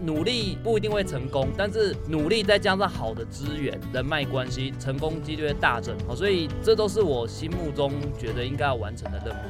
努力不一定会成功，但是努力再加上好的资源、人脉关系，成功几率会大增。所以这都是我心目中觉得应该要完成的任务。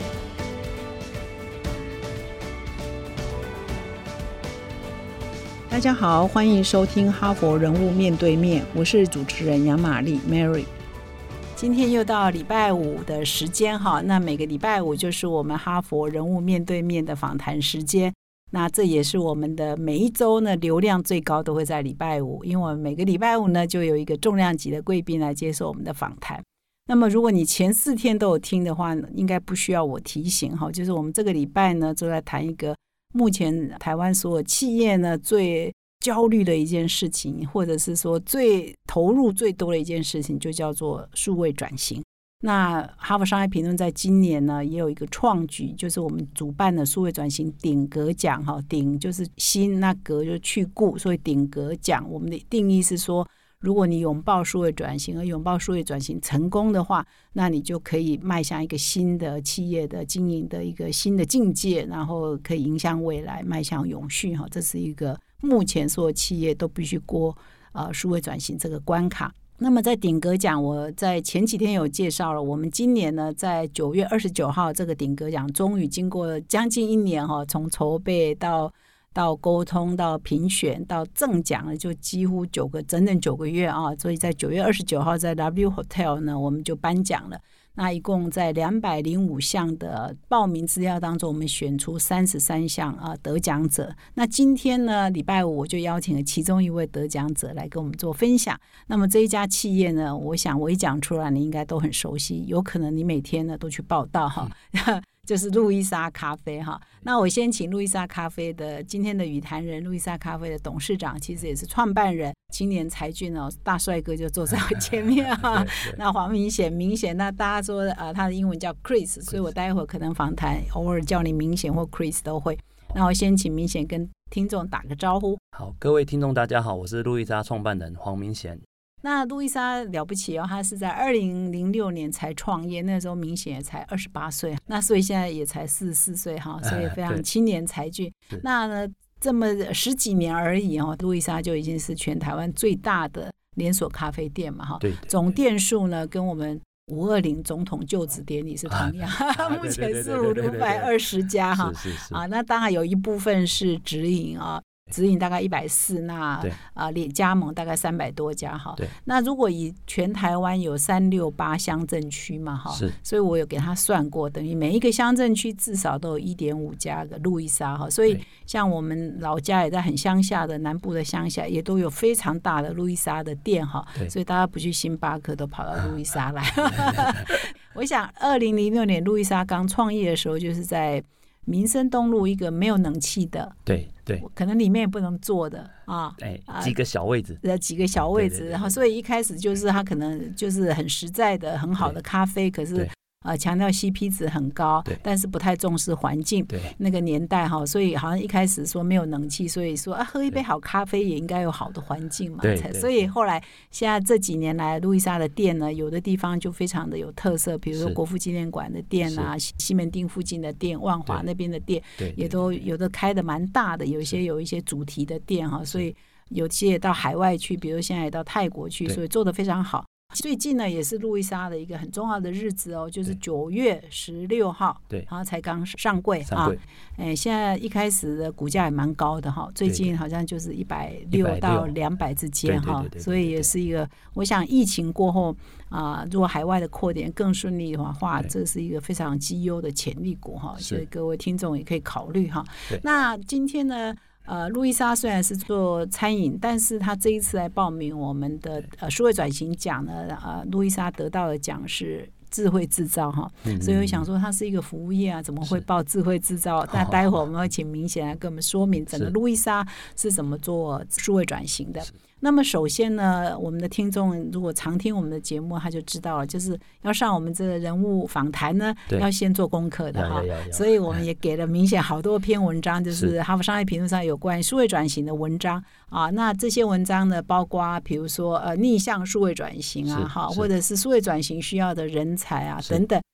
大家好，欢迎收听哈佛人物面对面，我是主持人杨玛丽 Mary。今天又到礼拜五的时间哈，那每个礼拜五就是我们哈佛人物面对面的访谈时间。那这也是我们的每一周呢流量最高都会在礼拜五，因为我们每个礼拜五呢就有一个重量级的贵宾来接受我们的访谈。那么如果你前4天都有听的话，应该不需要我提醒哈，就是我们这个礼拜呢就在谈一个目前台湾所有企业呢最焦虑的一件事情，或者是说最投入最多的一件事情，就叫做数位转型。那哈佛商业评论在今年呢也有一个创举，就是我们主办的数位转型顶格奖，顶就是新，那格就是去顾，所以顶格奖我们的定义是说，如果你拥抱数位转型，而拥抱数位转型成功的话，那你就可以迈向一个新的企业的经营的一个新的境界，然后可以影响未来，迈向永续。这是一个目前所有企业都必须过数位转型这个关卡。那么在顶格奖，我在前几天有介绍了，我们今年呢在9月29号这个顶格奖终于经过将近1年，从筹备到沟通到评选到赠奖了，就几乎整整9个月啊！所以在9月29号在 W Hotel 呢，我们就颁奖了。那一共在205项的报名资料当中，我们选出33项得奖者。那今天呢，礼拜五我就邀请了其中一位得奖者来跟我们做分享。那么这一家企业呢，我想我一讲出来，你应该都很熟悉，有可能你每天呢都去报道哈。就是路易莎咖啡哈。那我先请路易莎咖啡的今天的语坛人，路易莎咖啡的董事长，其实也是创办人，青年才俊大帅哥就坐在我前面哈。那黄明显，那大家说他的英文叫 Chris， 所以我待会可能访谈偶尔叫你明显或 Chris 都会。那我先请明显跟听众打个招呼。 好，各位听众大家好，我是路易莎创办人黄明显。 那路易莎了不起他是在2006年才创业，那时候明显也才28岁，那所以现在也才44岁哈，所以非常青年才俊。那呢，这么10几年而已路易莎就已经是全台湾最大的连锁咖啡店嘛哈。 对， 总店数呢跟我们520总统就职典礼是同样，目前是520家哈。那当然有一部分是直营直营大概140，那加盟大概300多家哈。那如果以全台湾有368乡镇区嘛哈，所以我有给他算过，等于每一个乡镇区至少都有1.5家的路易莎哈。所以像我们老家也在很乡下的南部的乡下，也都有非常大的路易莎的店哈。所以大家不去星巴克，都跑到路易莎来。我想2006年路易莎刚创业的时候，就是在民生东路一个没有冷气的， 对， 可能里面也不能坐的几个小位置， 然后所以一开始就是他可能就是很实在的很好的咖啡，可是强调 CP 值很高，但是不太重视环境，那个年代所以好像一开始说没有冷气，所以说喝一杯好咖啡也应该有好的环境嘛，所以后来现在这几年来路易莎的店呢，有的地方就非常的有特色，比如说国父纪念馆的店西门町附近的店，万华那边的店也都有的开的蛮大的，有一些主题的店所以有些也到海外去，比如现在也到泰国去，所以做得非常好。最近呢也是路易莎的一个很重要的日子就是9月16号，然后才刚上柜现在一开始的股价也蛮高的最近好像就是160到200之间所以也是一个，我想疫情过后如果海外的扩点更顺利的话，这是一个非常绩优的潜力股所以各位听众也可以考虑那今天呢路易莎虽然是做餐饮，但是他这一次来报名我们的数位转型奖呢路易莎得到的奖是智慧制造所以我想说它是一个服务业怎么会报智慧制造？那待会儿我们会请明显来跟我们说明整个路易莎是怎么做数位转型的。那么首先呢，我们的听众如果常听我们的节目，他就知道了，就是要上我们这个人物访谈呢，要先做功课的所以我们也给了明显好多篇文章，就是哈佛商业评论上有关于数位转型的文章那这些文章呢，包括比如说逆向数位转型或者是数位转型需要的人才等等。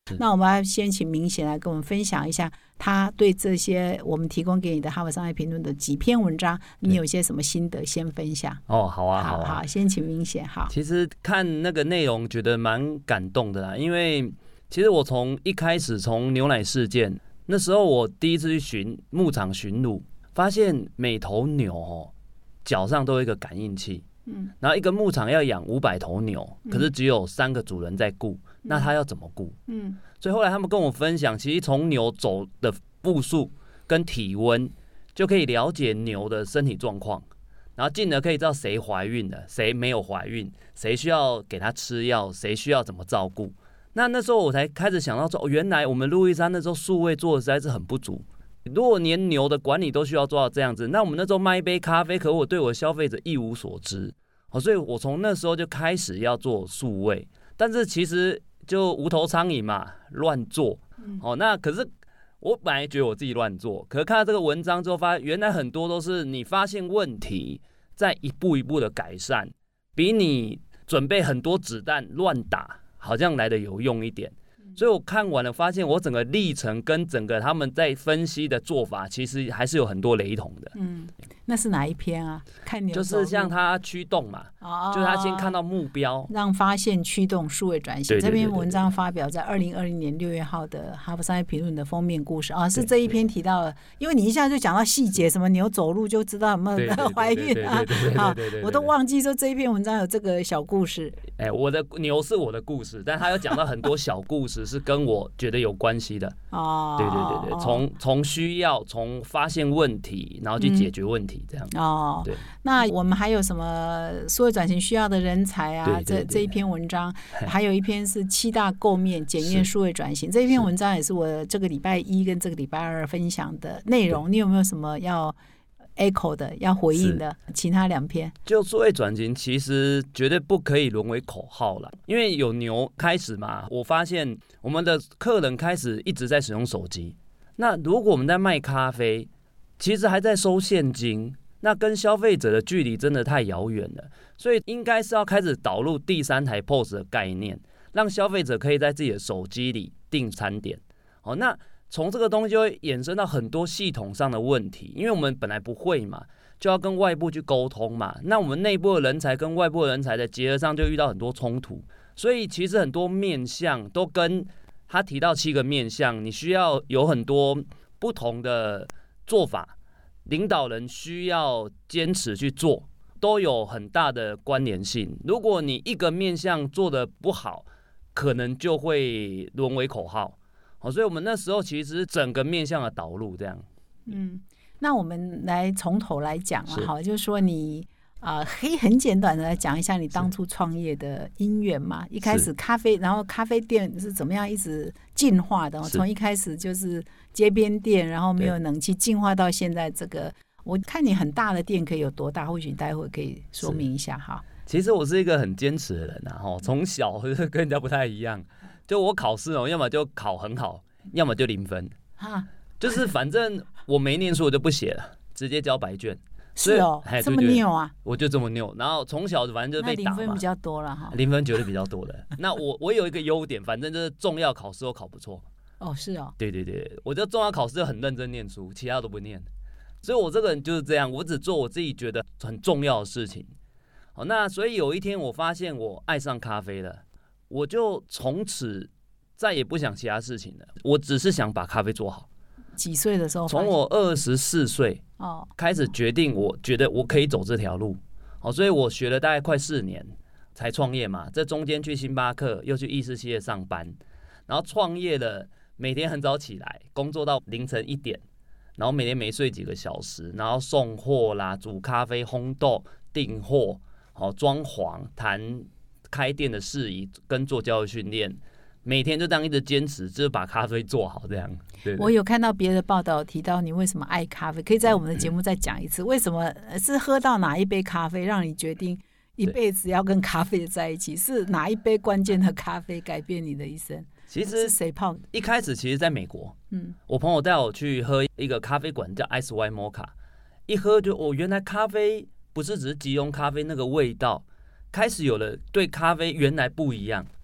那我们要先请明显来跟我们分享一下，他对这些我们提供给你的《哈佛商业评论》的几篇文章，你有些什么心得先分享？ 哦，好啊， 好，先请明显。好， 其实看那个内容觉得蛮感动的啦，因为其实我从一开始从牛奶事件那时候，我第一次去牧场巡路，发现每头牛脚上都有一个感应器。然后一个牧场要养500头牛，可是只有3个主人在顾，那他要怎么顾？所以后来他们跟我分享，其实从牛走的步数跟体温就可以了解牛的身体状况，然后进而可以知道谁怀孕了，谁没有怀孕，谁需要给他吃药，谁需要怎么照顾。那时候我才开始想到说，原来我们路易莎那时候数位做的实在是很不足。如果连牛的管理都需要做到这样子，那我们那时候卖一杯咖啡，可我对我的消费者一无所知，所以我从那时候就开始要做数位，但是其实就无头苍蝇嘛，乱做。那可是我本来觉得我自己乱做，可是看到这个文章之后，发现原来很多都是你发现问题，再一步一步的改善，比你准备很多子弹乱打好像来得有用一点。所以我看完了，发现我整个历程跟整个他们在分析的做法，其实还是有很多雷同的。 那是哪一篇啊？看牛就是像他驱动嘛，就是他先看到目标， 让发现驱动数位转型。这篇文章发表在2020年6月号的《哈佛商业评论》的封面故事啊，是这一篇提到的。因为你一下就讲到细节，什么牛走路就知道有没有怀孕啊，我都忘记说这一篇文章有这个小故事。 我的牛是我的故事，但他有讲到很多小故事是跟我觉得有关系的。对，从需要，从发现问题，然后去解决问题。这样对。 那我们还有什么数位转型需要的人才啊？这一篇文章，还有一篇是7大构面检验数位转型。这一篇文章也是我这个礼拜1跟这个礼拜2分享的内容。你有没有什么要 echo 的、要回应的？其他2篇就数位转型，其实绝对不可以沦为口号了，因为有牛开始嘛，我发现我们的客人开始一直在使用手机。那如果我们在卖咖啡，其实还在收现金，那跟消费者的距离真的太遥远了，所以应该是要开始导入第3台 POS 的概念，让消费者可以在自己的手机里订餐点。那从这个东西就会衍生到很多系统上的问题，因为我们本来不会嘛，就要跟外部去沟通嘛，那我们内部的人才跟外部的人才的结合上就遇到很多冲突，所以其实很多面向都跟他提到7个面向，你需要有很多不同的做法，领导人需要坚持去做，都有很大的关联性。如果你一个面向做得不好，可能就会沦为口号。所以我们那时候其实整个面向的导入这样。 那我们来从头来讲了，就是说你可以很简短的来讲一下你当初创业的因缘嘛。一开始咖啡，然后咖啡店是怎么样一直进化的？从一开始就是街边店，然后没有冷气，进化到现在这个。我看你很大的店可以有多大？或许你待会可以说明一下哈。 其实我是一个很坚持的人从小跟人家不太一样。就我考试要么就考很好，要么就0分。就是反正我没念书我就不写了，直接交白卷。 是这么拗啊？ 我就这么拗，然后从小反正就被打嘛。 那0分比较多了哈。 0分绝对比较多的。那我有一个优点，反正就是重要考试都考不错。 是哦。 对，我就重要考试就很认真念书，其他都不念。所以我这个人就是这样，我只做我自己觉得很重要的事情。那所以有一天我发现我爱上咖啡了，我就从此再也不想其他事情了，我只是想把咖啡做好。 几岁的时候？ 从我24岁开始决定，我觉得我可以走这条路。所以我学了大概快4年才创业嘛。这中间去星巴克，又去意式企业上班，然后创业了，每天很早起来，工作到凌晨1点，然后每天没睡几个小时，然后送货啦、煮咖啡、烘豆、订货、装潢、谈开店的事宜跟做教育训练，每天就这样一直坚持，就是把咖啡做好这样。对， 我有看到别的报道提到你为什么爱咖啡，可以在我们的节目再讲一次。为什么是喝到哪一杯咖啡让你决定一辈子要跟咖啡在一起？是哪一杯关键的咖啡改变你的一生？ 其实是谁泡？ 一开始其实在美国，我朋友带我去喝一个咖啡馆叫 Ice White Mocha， 一喝就原来咖啡不是只是即溶咖啡那个味道，开始有了对咖啡原来不一样。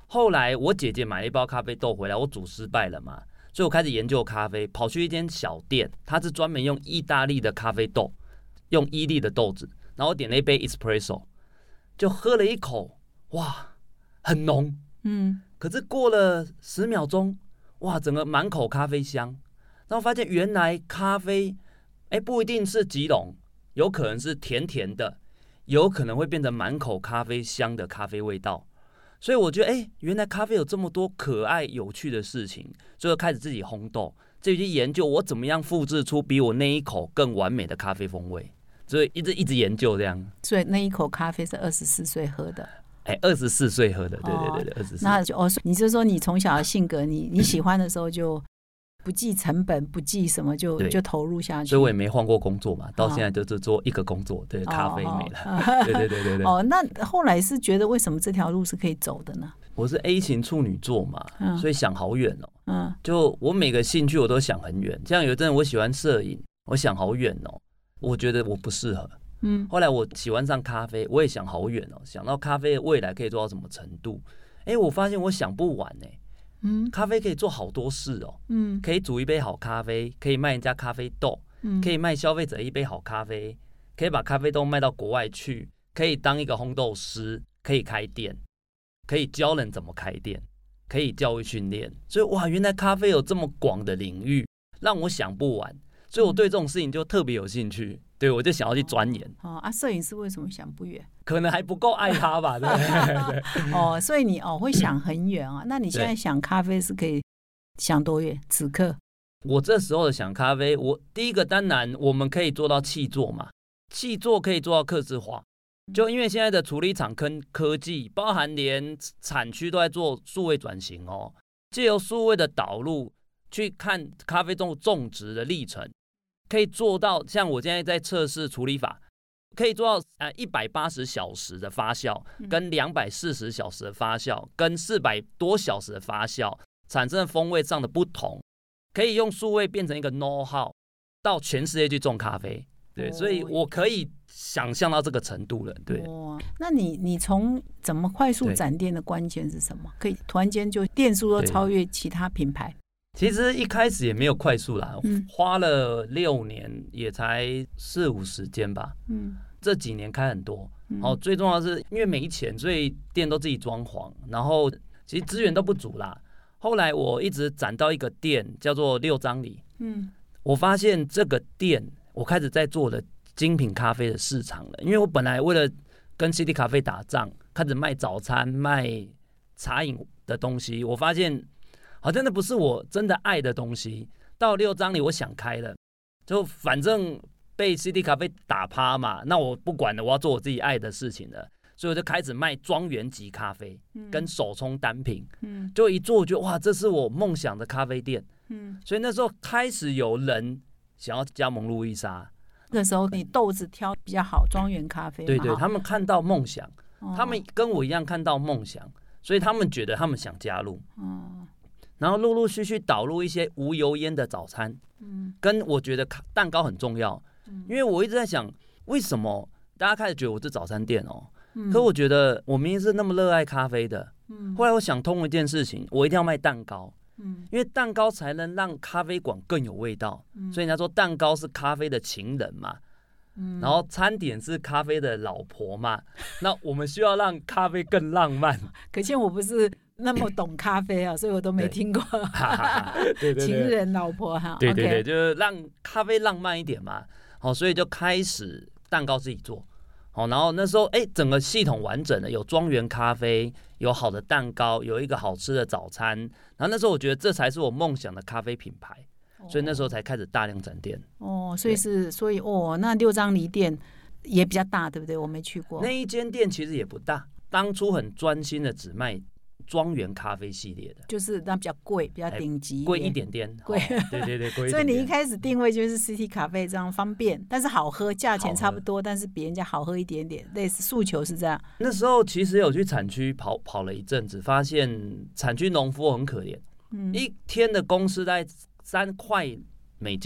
后来我姐姐买了一包咖啡豆回来，我煮失败了嘛，所以我开始研究咖啡，跑去一间小店，它是专门用意大利的咖啡豆，用伊利的豆子，然后我点了一杯 espresso， 就喝了一口，哇，很浓，可是过了10秒钟，哇，整个满口咖啡香，然后发现原来咖啡，不一定是吉隆，有可能是甜甜的，有可能会变成满口咖啡香的咖啡味道。所以我觉得，原来咖啡有这么多可爱有趣的事情，所以我开始自己烘豆，自己去研究我怎么样复制出比我那一口更完美的咖啡风味，所以一直研究这样。 所以那一口咖啡是24岁喝的。 24岁喝的，对，24。 那你就说你从小的性格，你喜欢的时候就不计成本，不计什么就投入下去。 所以我也没换过工作嘛，到现在就是做一个工作，对，咖啡没了。对。 那后来是觉得为什么这条路是可以走的呢？ 我是 A 型处女座嘛，所以想好远哦。就我每个兴趣我都想很远，像有一阵我喜欢摄影，我想好远哦，我觉得我不适合。后来我喜欢上咖啡，我也想好远哦，想到咖啡的未来可以做到什么程度。我发现我想不完咖啡可以做好多事哦。可以煮一杯好咖啡，可以卖人家咖啡豆，可以卖消费者一杯好咖啡，可以把咖啡豆卖到国外去，可以当一个烘豆师，可以开店，可以教人怎么开店，可以教育训练。所以哇，原来咖啡有这么广的领域，让我想不完。所以我对这种事情就特别有兴趣，对，我就想要去钻研。 摄影师为什么想不远？ 可能还不够爱它吧，对。 所以你会想很远啊。那你现在想咖啡是可以想多远？此刻我这时候的想咖啡，我第一个当然我们可以做到契作嘛，契作可以做到客制化。就因为现在的处理厂跟科技，包含连产区都在做数位转型哦，藉由数位的导入去看咖啡种植的历程。可以做到像我现在在测试处理法，可以做到180小时的发酵，跟240小时的发酵，跟400多小时的发酵，产生的风味上的不同，可以用数位变成一个 know how， 到全世界去种咖啡。对，所以我可以想象到这个程度了。对， 那你从怎么快速展店的关键是什么？可以突然间就店数都超越其他品牌？ 其实一开始也没有快速啦，花了6年，也才40-50间吧。这几年开很多。最重要的是因为没钱，所以店都自己装潢，然后其实资源都不足啦。后来我一直展到一个店叫做6张里，我发现这个店我开始在做了精品咖啡的市场了。因为我本来为了跟 City 咖啡打仗，开始卖早餐、卖茶饮的东西，我发现好像那不是我真的爱的东西。到6张里我想开了，就反正被 CD 咖啡打趴嘛，那我不管了，我要做我自己爱的事情了，所以我就开始卖庄园级咖啡跟手冲单品。就一做我觉得哇，这是我梦想的咖啡店。所以那时候开始有人想要加盟路易莎。 那时候你豆子挑比较好，庄园咖啡嘛。 对，他们看到梦想，他们跟我一样看到梦想，所以他们觉得他们想加入。然后陆陆续续导入一些无油烟的早餐，跟我觉得蛋糕很重要，因为我一直在想，为什么大家开始觉得我是早餐店哦？可我觉得我明明是那么热爱咖啡的，后来我想通一件事情，我一定要卖蛋糕，因为蛋糕才能让咖啡馆更有味道，所以人家说蛋糕是咖啡的情人嘛。然后餐点是咖啡的老婆嘛，那我们需要让咖啡更浪漫。 可见我不是那么懂咖啡啊，所以我都没听过对情人老婆哈。 对，就是让咖啡浪漫一点嘛。所以就开始蛋糕自己做。然后那时候整个系统完整的，有庄园咖啡，有好的蛋糕，有一个好吃的早餐。然后那时候我觉得这才是我梦想的咖啡品牌。所以那时候才开始大量展店。 所以那6张里店也比较大，对不对？我没去过。 那一间店其实也不大，当初很专心的只卖庄园咖啡系列的， 就是那比较贵，比较顶级， 贵一点点，贵。对，贵一点点。 所以你一开始定位就是 City 咖啡这样方便，但是好喝，价钱差不多，但是比人家好喝一点点，类似诉求是这样。 那时候其实有去产区跑了一阵子，发现产区农夫很可怜，一天的工资在3块美金，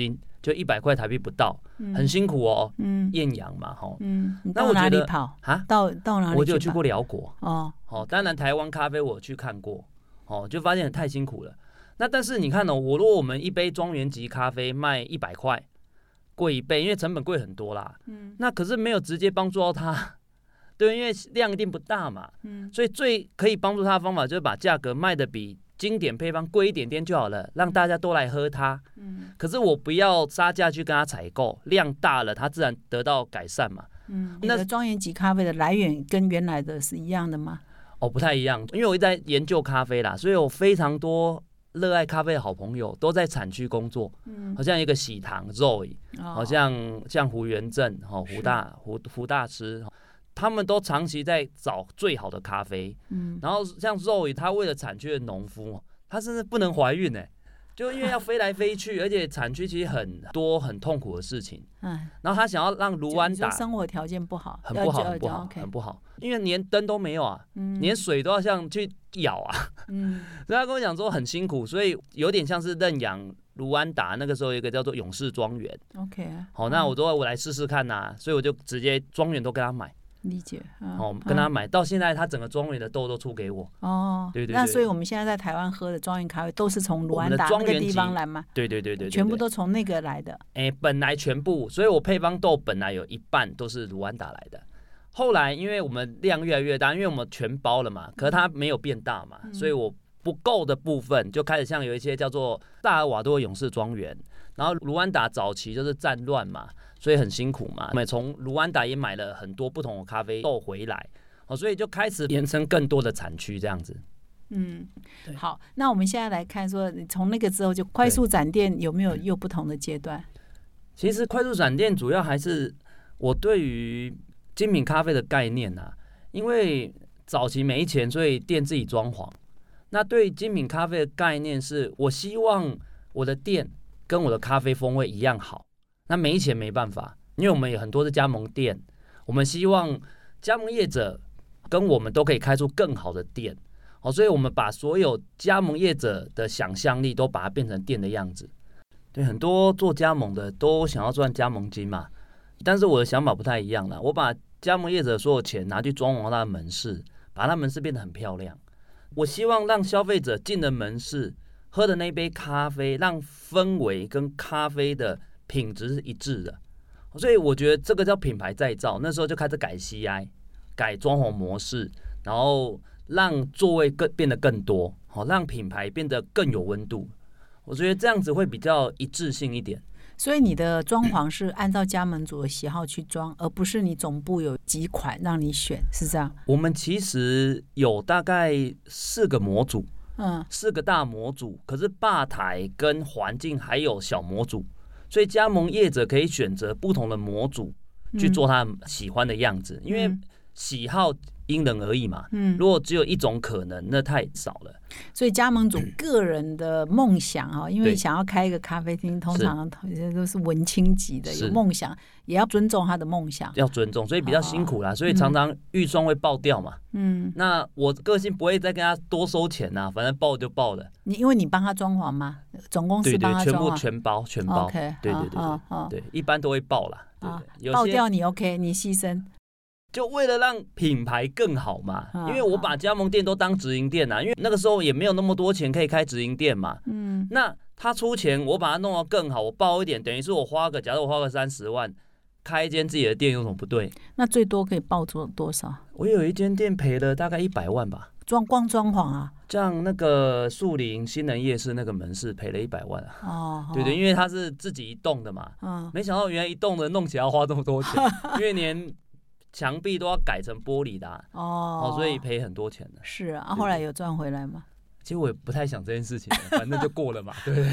就100块台币不到，很辛苦哦。艳阳嘛， 你到哪里跑啊？到哪里？ 我就有去过辽国哦。 当然台湾咖啡我去看过，就发现太辛苦了。那但是你看如果我们一杯庄园级咖啡卖100块，贵1倍，因为成本贵很多啦。那可是没有直接帮助到他，对，因为量一定不大嘛。所以最可以帮助他的方法就是把价格卖得比经典配方贵一点点就好了，让大家都来喝它。可是我不要杀价去跟他采购，量大了，他自然得到改善嘛。 你的庄园级咖啡的来源跟原来的是一样的吗？ 不太一样，因为我一直在研究咖啡啦，所以有非常多热爱咖啡的好朋友都在产区工作。好像一个喜糖 Zoe， 好像胡元正、胡大师，他们都长期在找最好的咖啡。然后像 Zoe， 他为了产区的农夫，他甚至不能怀孕就因为要飞来飞去，而且产区其实很多很痛苦的事情。然后他想要让卢安达生活条件不好， 很不好，因为连灯都没有啊，连水都要像去舀啊。所以他跟我讲说很辛苦，所以有点像是认养卢安达那个时候有一个叫做勇士庄园。 OK， 好，那我来试试看呐，所以我就直接庄园都跟他买。 理解。 跟他买到现在，他整个庄园的豆都出给我。对。 那所以我们现在在台湾喝的庄园咖啡都是从卢安达那个地方来吗？ 对， 全部都从那个来的。 本来全部，所以我配方豆本来有一半都是卢安达来的。后来因为我们量越来越大，因为我们全包了嘛，可是它没有变大嘛，所以我不够的部分就开始像有一些叫做萨尔瓦多勇士庄园，然后卢安达早期就是战乱嘛，所以很辛苦嘛。我们从卢安达也买了很多不同的咖啡豆回来，所以就开始延伸更多的产区这样子。 好，那我们现在来看说，从那个之后就快速展店有没有又不同的阶段？ 其实快速展店主要还是我对于精品咖啡的概念啊，因为早期没钱，所以店自己装潢。那对精品咖啡的概念是，我希望我的店跟我的咖啡风味一样好。那没钱没办法，因为我们有很多是加盟店，我们希望加盟业者跟我们都可以开出更好的店。所以我们把所有加盟业者的想象力都把它变成店的样子。对，很多做加盟的都想要赚加盟金嘛，但是我的想法不太一样啦，我把加盟业者所有钱拿去装潢他的门市，把他门市变得很漂亮。我希望让消费者进了门市喝的那杯咖啡，让氛围跟咖啡的品质是一致的。所以我觉得这个叫品牌再造。那时候就开始改 CI， 改装潢模式，然后让座位变得更多，让品牌变得更有温度。我觉得这样子会比较一致性一点。 所以你的装潢是按照加盟主的喜好去装，而不是你总部有几款让你选，是这样？ 我们其实有大概4个模组，4个大模组，可是吧台跟环境还有小模组，所以加盟业者可以选择不同的模组去做他喜欢的样子，因为喜好因人而异嘛。如果只有一种可能，那太少了。 所以加盟主个人的梦想因为想要开一个咖啡厅，通常都是文青级的，有梦想也要尊重他的梦想， 要尊重，所以比较辛苦啦。所以常常预算会爆掉嘛。那我个性不会再跟他多收钱啦，反正爆就爆了。 因为你帮他装潢吗？总公司帮他装潢？ 对，全包。 Okay， 对，一般都会爆啦。 爆掉你 OK， 你牺牲。 就为了让品牌更好嘛，因为我把加盟店都当直营店因为那个时候也没有那么多钱可以开直营店嘛。那他出钱，我把它弄得更好，我包一点，等于是我假如我花个30万开一间自己的店，有什么不对？ 那最多可以报出多少？ 我有一间店赔了大概100万吧。 光装潢啊？ 像那个树林新人夜市那个门市赔了100万对，因为它是自己一栋的嘛。没想到原来一栋的弄起来要花这么多钱，因为连墙壁都要改成玻璃的所以赔很多钱的。 是啊，后来有赚回来吗？ 其实我也不太想这件事情，反正就过了嘛。对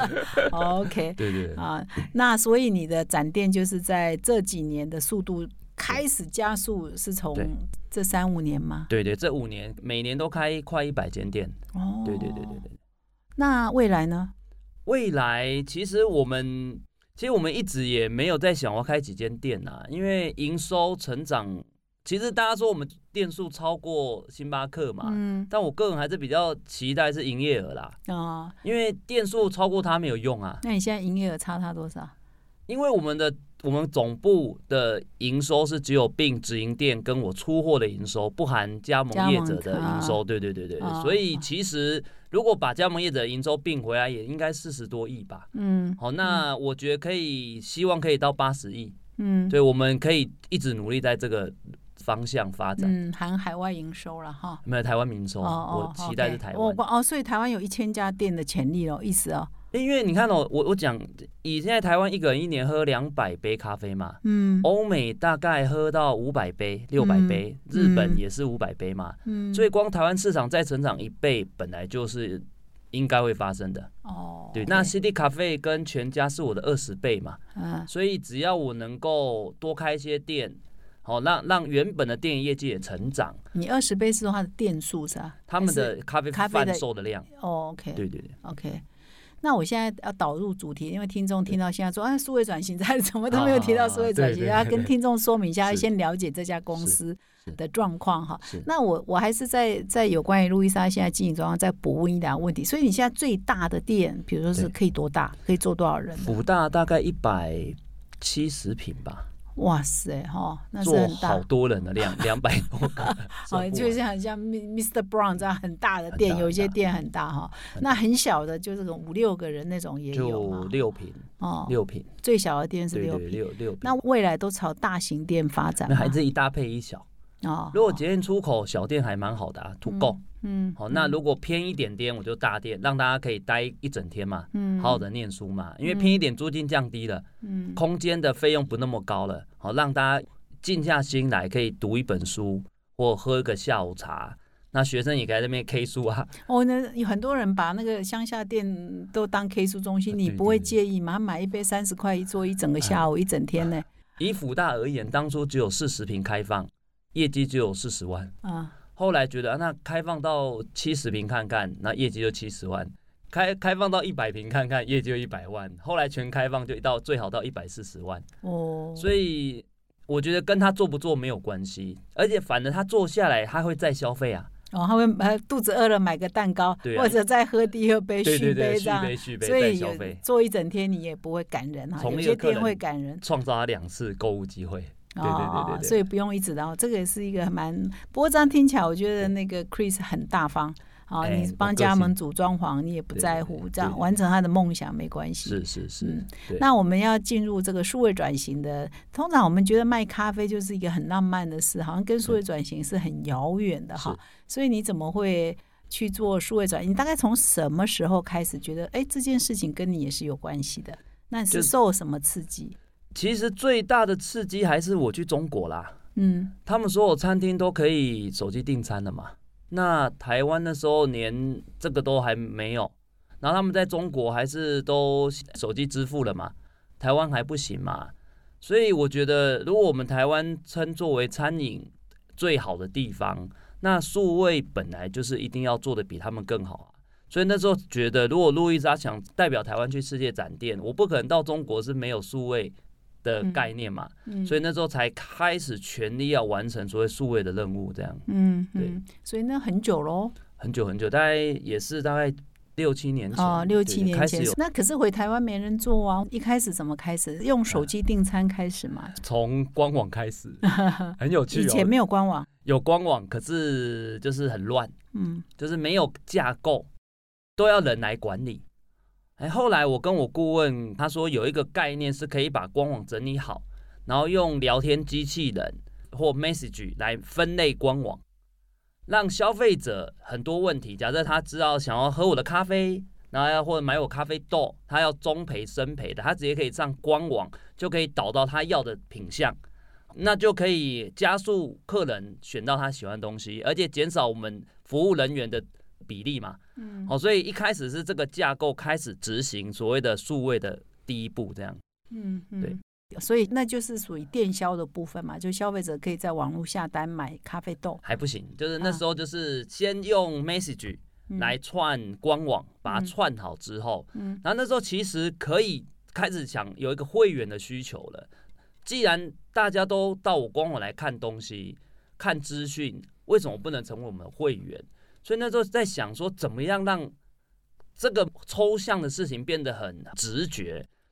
OK， 对那所以你的展店就是在这几年的速度开始加速，是从这3-5年吗？ 对，这5年每年都开快100间店。对。 那未来呢？ 未来其实我们一直也没有在想我要开几间店因为营收成长，其实大家说我们店数超过星巴克嘛，但我个人还是比较期待是营业额啦。因为店数超过它没有用啊。 那你现在营业额差它多少？ 因为我们总部的营收是只有并直营店跟我出货的营收，不含加盟业者的营收。对，所以其实如果把加盟业者的营收并回来，也应该40多亿吧。好，那我觉得希望可以到80亿。对，我们可以一直努力在这个方向发展。 含海外营收了哈。 没有台湾营收，我期待是台湾。 所以台湾有1000家店的潜力意思哦。 因为你看我讲，以现在台湾一个人一年喝200杯咖啡嘛，欧美大概喝到500杯、600杯，日本也是500杯嘛，所以光台湾市场再成长1倍，本来就是应该会发生的。对，那 CD 咖啡跟全家是我的20倍嘛，所以只要我能够多开一些店。好，让原本的店业绩也成长。 你20杯是说它的店数是吧？ 他们的咖啡贩售的量。 OK。 对。 OK。那我现在要导入主题，因为听众听到现在说，数位转型，怎么都没有提到数位转型，要跟听众说明一下，先了解这家公司的状况哈。那我还是在有关于路易莎现在经营状况再补问一两个问题。所以你现在最大的店，比如说是可以多大，可以坐多少人？ 辅大大概170坪吧。 哇塞那是很大， 做好多人的量，200多个。 就像Mr. Brown 这样很大的店，有一些店很大那很小的就这种5、6个人那种也有嘛， 就6坪，6坪。 最小的店是6坪， 对6坪。 那未来都朝大型店发展吗？ 还是一大配一小。如果捷运出口小店还蛮好的，to go。好，那如果偏一点点，我就大店，让大家可以待一整天嘛，好好的念书嘛。因为偏一点，租金降低了，空间的费用不那么高了，好让大家静下心来，可以读一本书或喝一个下午茶。那学生也可以在那边 K 书啊。 那有很多人把那个乡下店都当 K 书中心，你不会介意吗？买一杯30块一坐，一整个下午，一整天呢？ 以辅大而言，当初只有40坪开放，业绩只有40万。后来觉得那开放到70坪看看，那业绩就70万；开放到100坪看看，业绩就100万。后来全开放就最好到140万。所以我觉得跟他做不做没有关系，而且反正他做下来，他会再消费啊。 他会肚子饿了买个蛋糕，或者再喝第2杯续杯这样，所以做一整天你也不会赶人有些店会赶人， 创造他2次购物机会。对， 所以不用一直这个也是一个不过这样听起来，我觉得那个 Chris 很大方你帮加盟组装潢，你也不在乎，这样完成他的梦想没关系。 是。 那我们要进入这个数位转型的，通常我们觉得卖咖啡就是一个很浪漫的事，好像跟数位转型是很遥远的所以你怎么会去做数位转型？你大概从什么时候开始觉得这件事情跟你也是有关系的？那是受什么刺激？ 其实最大的刺激还是我去中国啦。他们所有餐厅都可以手机订餐了嘛。那台湾那时候连这个都还没有，然后他们在中国还是都手机支付了嘛，台湾还不行嘛。所以我觉得，如果我们台湾称作为餐饮最好的地方，那数位本来就是一定要做的比他们更好啊。所以那时候觉得，如果路易莎想代表台湾去世界展店，我不可能到中国是没有数位的概念嘛，所以那时候才开始全力要完成所谓数位的任务，这样。对， 所以那很久咯， 很久，大概6、7年前。 6、7年前。那可是回台湾没人做啊，一开始怎么开始？用手机订餐开始嘛？ 从官网开始，很有趣。 以前没有官网， 有官网，可是就是很乱，就是没有架构，都要人来管理。后来我跟我顾问他说，有一个概念是可以把官网整理好，然后用聊天机器人或 message 来分类官网，让消费者很多问题，假设他知道想要喝我的咖啡，然后或者买我咖啡豆，他要中焙深焙的，他直接可以上官网就可以导到他要的品项，那就可以加速客人选到他喜欢的东西，而且减少我们服务人员的比例嘛。所以一开始是这个架构开始执行所谓的数位的第一步，这样。对。 所以那就是属于电销的部分嘛，就消费者可以在网络下单买咖啡豆。 还不行，就是那时候就是先用 message 来串官网，把它串好之后，然后那时候其实可以开始想有一个会员的需求了。既然大家都到我官网来看东西、看资讯，为什么不能成为我们的会员？所以那时候在想说，怎么样让这个抽象的事情变得很直觉。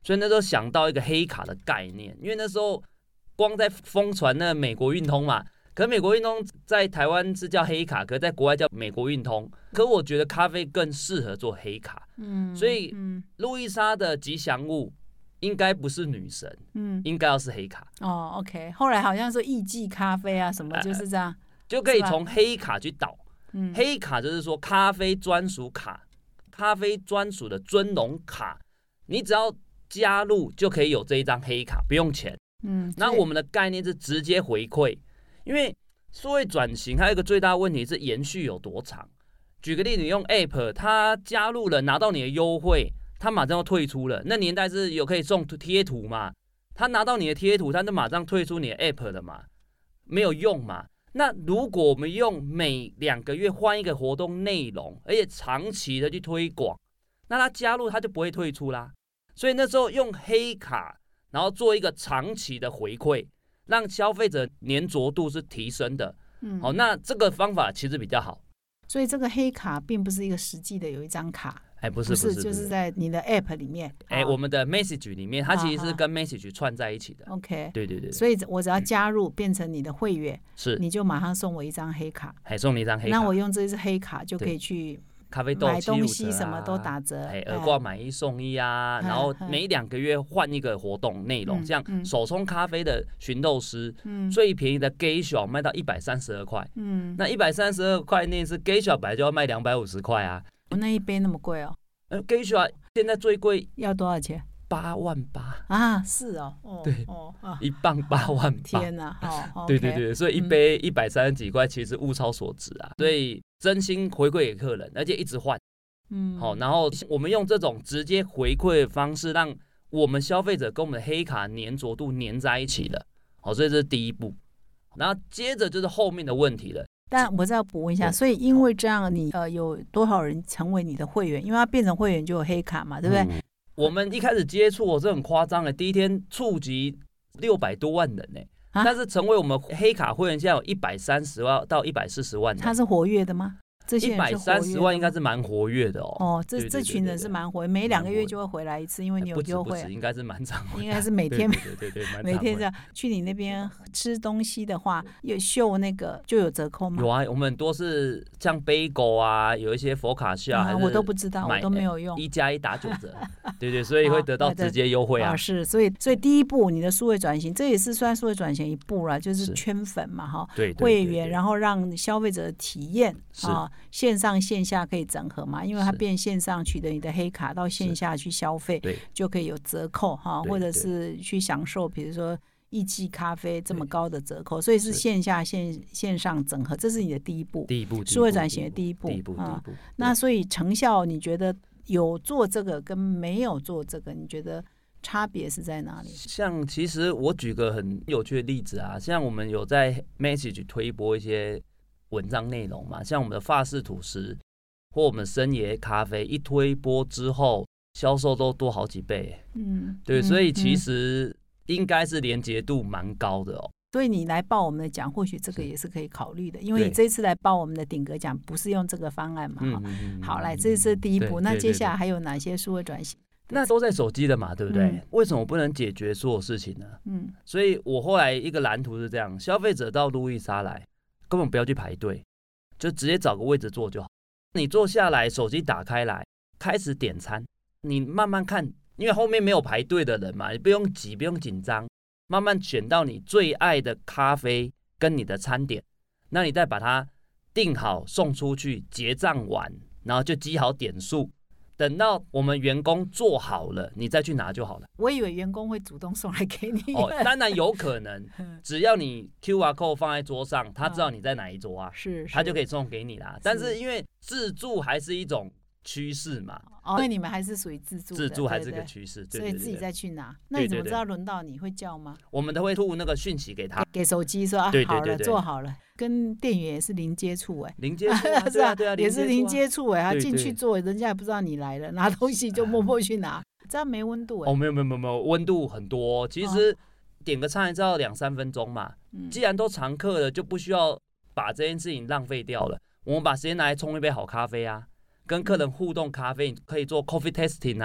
所以那时候想到一个黑卡的概念，因为那时候光在疯传那美国运通嘛，可美国运通在台湾是叫黑卡，可在国外叫美国运通。可我觉得咖啡更适合做黑卡，所以路易莎的吉祥物应该不是女神，应该要是黑卡。 哦 ，OK。后来好像说艺妓咖啡啊什么，就是这样， 就可以从黑卡去导。黑卡就是说咖啡专属卡，咖啡专属的尊荣卡，你只要加入就可以有这一张黑卡，不用钱。那我们的概念是直接回馈，因为数位转型还有一个最大的问题是延续有多长。举个例子，你用 App， 它加入了拿到你的优惠，它马上要退出了。那年代是有可以送贴图嘛？它拿到你的贴图，它就马上退出你的 App 了嘛？没有用嘛？那如果我们用每2个月换一个活动内容，而且长期的去推广，那它加入它就不会退出啦。所以那时候用黑卡，然后做一个长期的回馈，让消费者粘着度是提升的。好，那这个方法其实比较好。 所以这个黑卡并不是一个实际的有一张卡， 不是， 就是在你的 App 里面， 我们的 Message 里面，它其实是跟 Message 串在一起的。 OK， 对。 所以我只要加入变成你的会员， 是你就马上送我一张黑卡， 送你一张黑卡。 那我用这支黑卡就可以去咖啡豆买东西什么都打折， 耳挂买1送1啊，然后每2个月换一个活动内容，像手冲咖啡的寻豆师，最便宜的 Geisha 卖到132块，那132块那是 Geisha 本来就要卖250块啊， 那一杯那么贵哦 ？Geisha 现在最贵要多少钱 ？8万8 啊，是哦， 对，1磅8万8， 天哪， 对，所以一杯130几块，其实物超所值啊，所以真心回馈给客人，而且一直换，好，然后我们用这种直接回馈的方式，让我们消费者跟我们的黑卡粘着度粘在一起了，好，所以这是第一步，然后接着就是后面的问题了。 但我再补问一下，所以因为这样，你有多少人成为你的会员？因为它变成会员就有黑卡嘛，对不对？ 我们一开始接触，我是很夸张的，第一天触及600多万人呢，但是成为我们黑卡会员，现在有130万到140万人。 他是活跃的吗？这些人是活跃的吗？130万应该是蛮活跃的哦。 这群人是蛮活跃，每2个月就会回来一次，因为你有优惠。 不止，应该是蛮长的。 应该是每天， 对， 每天这样去你那边吃东西的话，有秀那个就有折扣吗？ 有啊，我们很多是像贝狗啊，有一些佛卡夏， 我都不知道，我都没有用。 1+1打9折，对，所以会得到直接优惠啊。 是，所以第一步你的数位转型，这也是算数位转型一步了，就是圈粉嘛，哈，会员，然后让消费者体验线上线下可以整合嘛，因为它变线上取得你的黑卡到线下去消费，就可以有折扣哈，或者是去享受，比如说艺妓咖啡这么高的折扣，所以是线下线上整合，这是你的第一步，数位转型的第一步。那所以成效，你觉得有做这个跟没有做这个，你觉得差别是在哪里？ 像其实我举个很有趣的例子啊，像我们有在 Message 推播一些文章内容嘛，像我们的法式吐司或我们深椰咖啡一推播之后，销售都多好几倍。对，所以其实应该是连结度蛮高的哦。 所以你来报我们的奖，或许这个也是可以考虑的，因为你这次来报我们的顶格奖不是用这个方案嘛。好，来，这是第一步。那接下来还有哪些数位转型？ 那都在手机的嘛，对不对？为什么不能解决所有事情呢？所以我后来一个蓝图是这样：消费者到路易莎来，根本不要去排队，就直接找个位置坐就好。你坐下来，手机打开来，开始点餐，你慢慢看，因为后面没有排队的人嘛，你不用急，不用紧张，慢慢选到你最爱的咖啡跟你的餐点，那你再把它订好送出去，结账完，然后就积好点数。等到我们员工做好了，你再去拿就好了。 我以为员工会主动送来给你。 当然有可能，只要你 QR code 放在桌上，他知道你在哪一桌啊，他就可以送给你啦。但是因为自助还是一种趋势嘛， 因为你们还是属于自助还是个趋势， 所以自己再去拿。那你怎么知道轮到你会叫吗？ 我们都会吐那个讯息给他， 给手机说好了，做好了。跟店员也是零接触零接触对啊， 也是零接触他进去做，人家也不知道你来了，拿东西就默默去拿，这样没温度没有，温度很多。其实点个餐还是要2-3分钟嘛。既然都常客了，就不需要把这件事情浪费掉了。我们把时间拿来冲一杯好咖啡啊，跟客人互动咖啡，你可以做 coffee testing 啊，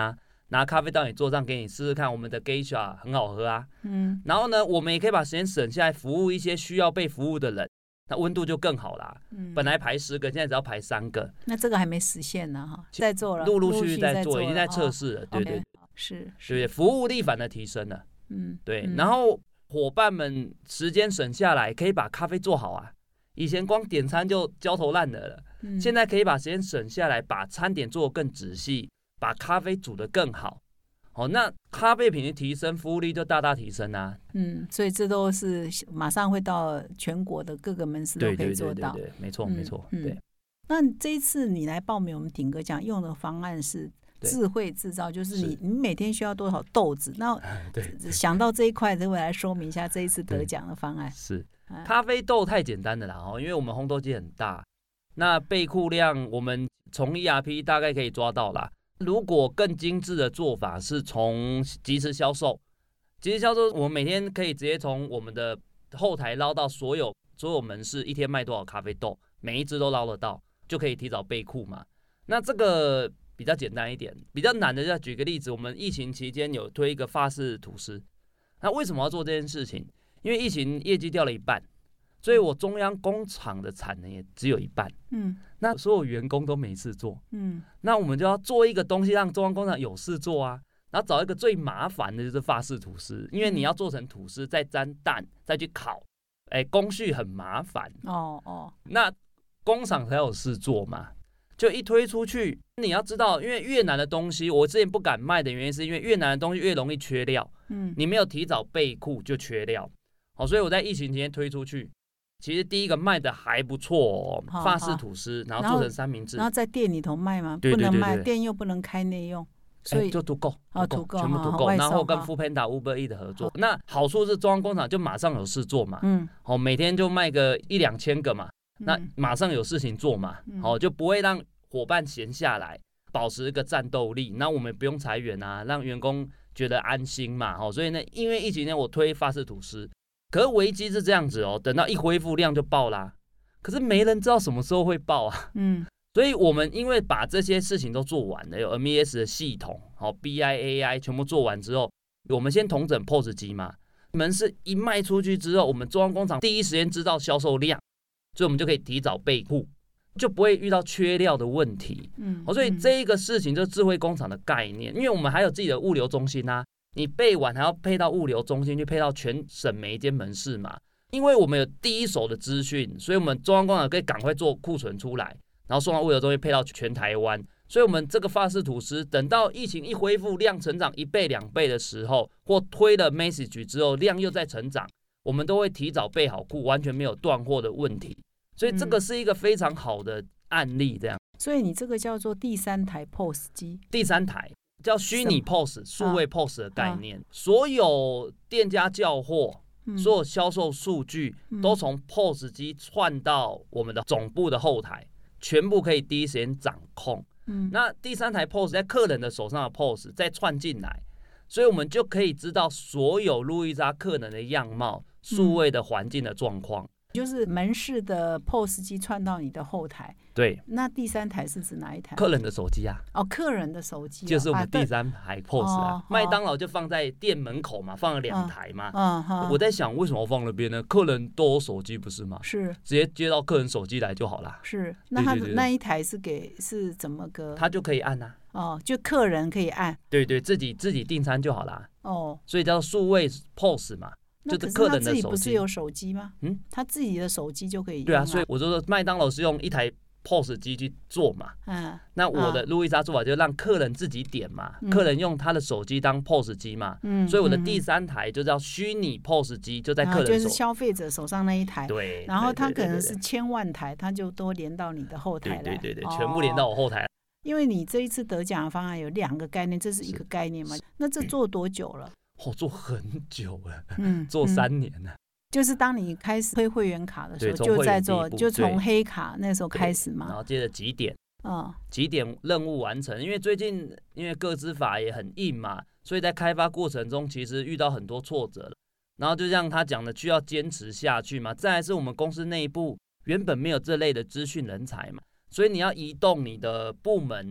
拿咖啡到你桌上给你试试看，我们的 Geisha 很好喝啊。然后呢，我们也可以把时间省下来，服务一些需要被服务的人，那温度就更好啦。本来排10个，现在只要排3个。 那这个还没实现呢哈，在做了， 陆续在做，已经在测试了。对对， 是， 对，服务力反而提升了。对。然后伙伴们时间省下来，可以把咖啡做好啊。以前光点餐就焦头烂额了，现在可以把时间省下来，把餐点做得更仔细，把咖啡煮得更好。那咖啡品质提升，服务力就大大提升啊。 所以这都是马上会到全国的各个门市都可以做到。 对，没错没错。对。 那这一次你来报名我们鼎哥奖用的方案是智慧制造，就是你每天需要多少豆子？那想到这一块，就来说明一下这一次得奖的方案。 是。咖啡豆太简单了啦，因为我们烘豆机很大，那备库量我们从 ERP 大概可以抓到啦。如果更精致的做法是从即时销售，我们每天可以直接从我们的后台捞到所有门市一天卖多少咖啡豆，每一支都捞得到，就可以提早备库嘛。那这个比较简单一点，比较难的就举个例子，我们疫情期间有推一个法式吐司，那为什么要做这件事情？因为疫情业绩掉了一半，所以我中央工厂的产能也只有一半。那所有员工都没事做。那我们就要做一个东西让中央工厂有事做啊。然后找一个最麻烦的就是法式吐司，因为你要做成吐司，再沾蛋，再去烤，工序很麻烦。那工厂才有事做嘛。就一推出去，你要知道，因为越南的东西，我之前不敢卖的原因是因为越南的东西越容易缺料。你没有提早备库就缺料。所以我在疫情期间推出去，其实第一个卖的还不错法式吐司，然后做成三明治， 然后在店里头卖吗？ 对， 不能卖，店又不能开内用，所以就独购， 全部独购，然后跟 Foodpanda、Uber Eats 的合作。那好处是中央工厂就马上有事做嘛，每天就卖个1-2千个嘛，那马上有事情做嘛，就不会让伙伴闲下来，保持一个战斗力。那我们不用裁员啊，让员工觉得安心嘛。所以呢，因为疫情呢，我推法式吐司。可是危机是这样子等到一恢复量就爆啦。可是没人知道什么时候会爆啊。所以我们因为把这些事情都做完了，有 MES 的系统，BI、AI 全部做完之后，我们先统整 POS 机嘛。门市一卖出去之后，我们中央工厂第一时间知道销售量，所以我们就可以提早备库，就不会遇到缺料的问题。所以这一个事情就是智慧工厂的概念，因为我们还有自己的物流中心啊。你备完还要配到物流中心去配到全省每一间门市嘛？因为我们有第一手的资讯，所以我们中央工厂可以赶快做库存出来，然后送到物流中心配到全台湾。所以我们这个法式吐司等到疫情一恢复，量成长1倍2倍的时候，或推了 message 之后量又在成长，我们都会提早备好库，完全没有断货的问题。所以这个是一个非常好的案例，这样。 所以你这个叫做第3台 POS 机， 第3台。叫虚拟 POS 数位 POS 的概念，所有店家叫货，所有销售数据都从 POS 机串到我们的总部的后台，全部可以第一时间掌控。那第3台 POS 在客人的手上的 POS 再串进来，所以我们就可以知道所有路易莎客人的样貌、数位的环境的状况。 就是门市的 POS 机串到你的后台。 对。 那第3台是指哪一台？ 客人的手机啊。 客人的手机就是我们第3台 POS 啊。麦当劳就放在店门口嘛，放了2台嘛。我在想为什么放那边呢？客人都有手机不是吗？ 是。 直接接到客人手机来就好啦。 是。那他那一台是怎么个？ 他就可以按啊。 就客人可以按。 对，自己订餐就好啦。所以叫数位 POS 嘛。就是客人的手机。 他自己不是有手机吗？他自己的手机就可以用。 对啊，所以我就说麦当劳是用一台 POS 机去做嘛。那我的路易莎做法就让客人自己点嘛，客人用他的手机当 POS 机嘛。所以我的第3台就叫虚拟 POS 机，就在客人手， 就是消费者手上那一台。 对。 然后他可能是千万台，他就都连到你的后台来。 对，全部连到我后台。 因为你这一次得奖的方案有2个概念，这是一个概念嘛？那这做多久了？ 做很久了，做3年了。 就是当你开始推会员卡的时候，就在做，就从黑卡那时候开始嘛。 然后接着集点，集点任务完成。因为最近因为个资法也很硬嘛，所以在开发过程中其实遇到很多挫折了。然后就像他讲的，需要坚持下去嘛。再来是我们公司内部原本没有这类的资讯人才嘛，所以你要移动你的部门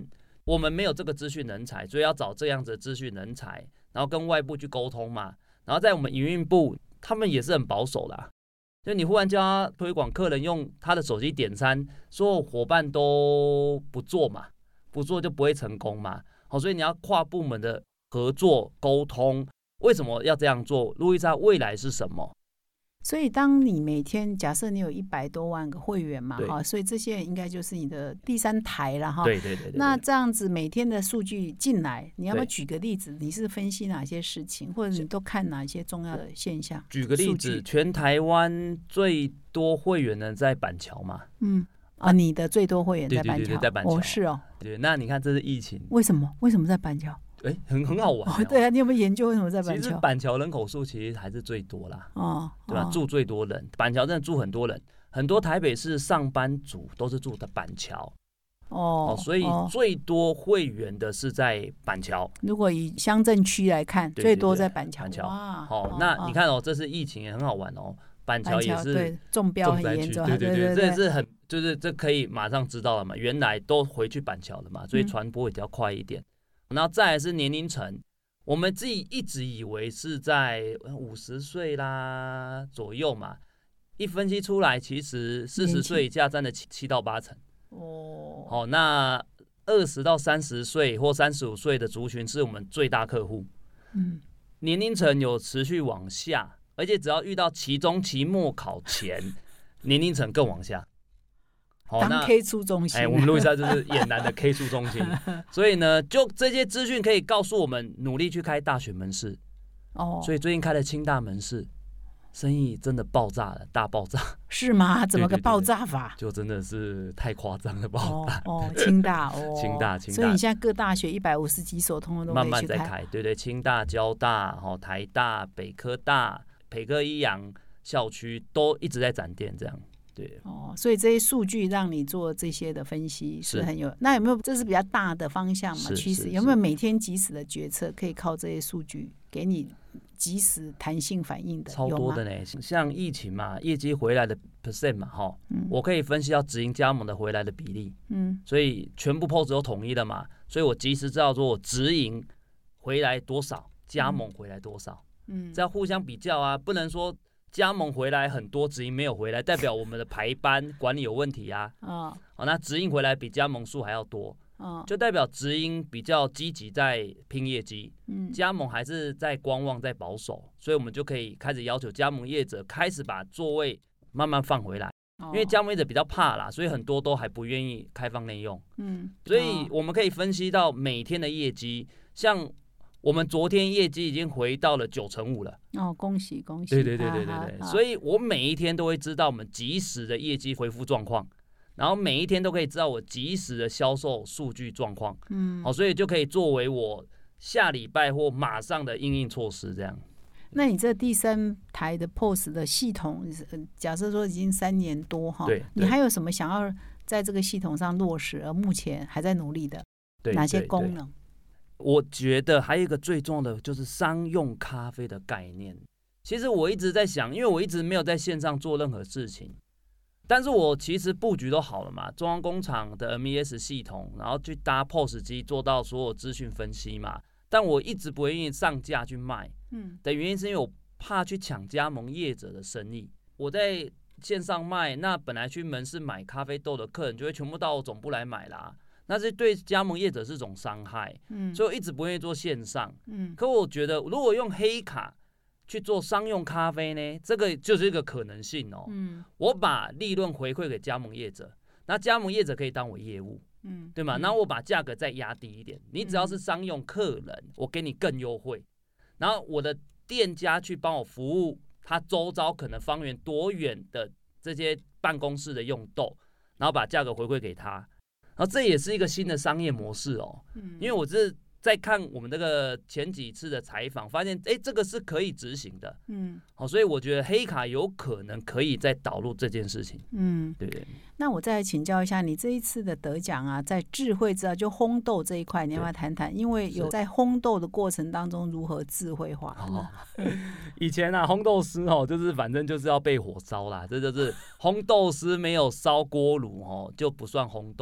我们没有这个资讯人才，所以要找这样子的资讯人才，然后跟外部去沟通嘛。然后在我们营运部，他们也是很保守的，就你忽然叫他推广，客人用他的手机点餐，所有伙伴都不做嘛，不做就不会成功嘛。好，所以你要跨部门的合作沟通，为什么要这样做？路易莎未来是什么？ 所以当你每天假设你有100多万个会员嘛，所以这些应该就是你的第3台了哈。 对。 那这样子每天的数据进来，你要不要举个例子？你是分析哪些事情，或者你都看哪些重要的现象？ 举个例子，全台湾最多会员的在板桥嘛。 你的最多会员在板桥。 对，在板桥。 是哦。 对，那你看这是疫情， 为什么在板桥？ 很好玩。 对啊，你有没有研究为什么在板桥？ 其实板桥人口数其实还是最多啦，对吧？住最多人，板桥真的住很多人，很多台北市上班族都是住的板桥。所以最多会员的是在板桥。如果以乡镇区来看，最多在板桥。 那你看这次疫情也很好玩哦，板桥也是中标很严重， 对，这也是很就是这可以马上知道了嘛，原来都回去板桥了嘛，所以传播也比较快一点。然后再来是年龄层，我们自己一直以为是在50岁啦左右嘛，一分析出来其实40岁以下占了7到8成。那20到30岁或35岁的族群是我们最大客户。年龄层有持续往下，而且只要遇到期中、期末考前，年龄层更往下。 当 K 数中心， 我们路易莎就是俨然的 K 数中心，所以呢，就这些资讯可以告诉我们，努力去开大学门市。所以最近开了清大门市，生意真的爆炸了，大爆炸。 是吗？怎么个爆炸法？ 就真的是太夸张了，爆炸。 清大清大。 所以你现在各大学150几所，通通都可以去慢慢在开。对，清大、交大、台大、北科大、北科医养校区都一直在展店，这样。对所以这些数据让你做这些的分析是很有。那有没有这是比较大的方向嘛？趋势有没有每天即时的决策可以靠这些数据给你即时弹性反应的？ 超多的呢，像疫情嘛，业绩回来的 percent 嘛，我可以分析到直营加盟的回来的比例，所以全部 POS 都统一的嘛，所以我即时知道说我直营回来多少，加盟回来多少，这要互相比较啊，不能说加盟回来很多，直营没有回来，代表我们的排班管理有问题啊。那直营回来比加盟数还要多，就代表直营比较积极在拼业绩，加盟还是在观望在保守，所以我们就可以开始要求加盟业者开始把座位慢慢放回来，因为加盟业者比较怕啦，所以很多都还不愿意开放内用。所以我们可以分析到每天的业绩，像我们昨天业绩已经回到了95%了。 恭喜恭喜！ 对，所以我每一天都会知道我们即时的业绩恢复状况，然后每一天都可以知道我即时的销售数据状况。所以就可以作为我下礼拜或马上的因应措施这样。 那你这第3台的 POS 的系统，假设说已经3年多哈，你还有什么想要在这个系统上落实，而目前还在努力的哪些功能？ 我觉得还有一个最重要的就是商用咖啡的概念。其实我一直在想，因为我一直没有在线上做任何事情，但是我其实布局都好了嘛，中央工厂的 MES 系统，然后去搭 POS 机做到所有资讯分析嘛，但我一直不愿意上架去卖，的原因是因为我怕去抢加盟业者的生意。我在线上卖，那本来去门市买咖啡豆的客人就会全部到我总部来买啦，那是对加盟业者是种伤害，所以我一直不愿意做线上。可我觉得如果用黑卡去做商用咖啡呢，这个就是一个可能性哦。我把利润回馈给加盟业者，那加盟业者可以当我业务，对吗？那我把价格再压低一点，你只要是商用客人，我给你更优惠，然后我的店家去帮我服务他周遭可能方圆多远的这些办公室的用豆，然后把价格回馈给他。然后这也是一个新的商业模式哦，因为我是在看我们这个前几次的采访，发现这个是可以执行的，所以我觉得黑卡有可能可以再导入这件事情，对不对？ 那我再请教一下，你这一次的得奖啊，在智慧之道就烘豆这一块，你要不要谈谈？因为有在烘豆的过程当中如何智慧化。 以前啊，烘豆师就是反正就是要被火烧啦，这就是烘豆师没有烧锅炉就不算烘豆。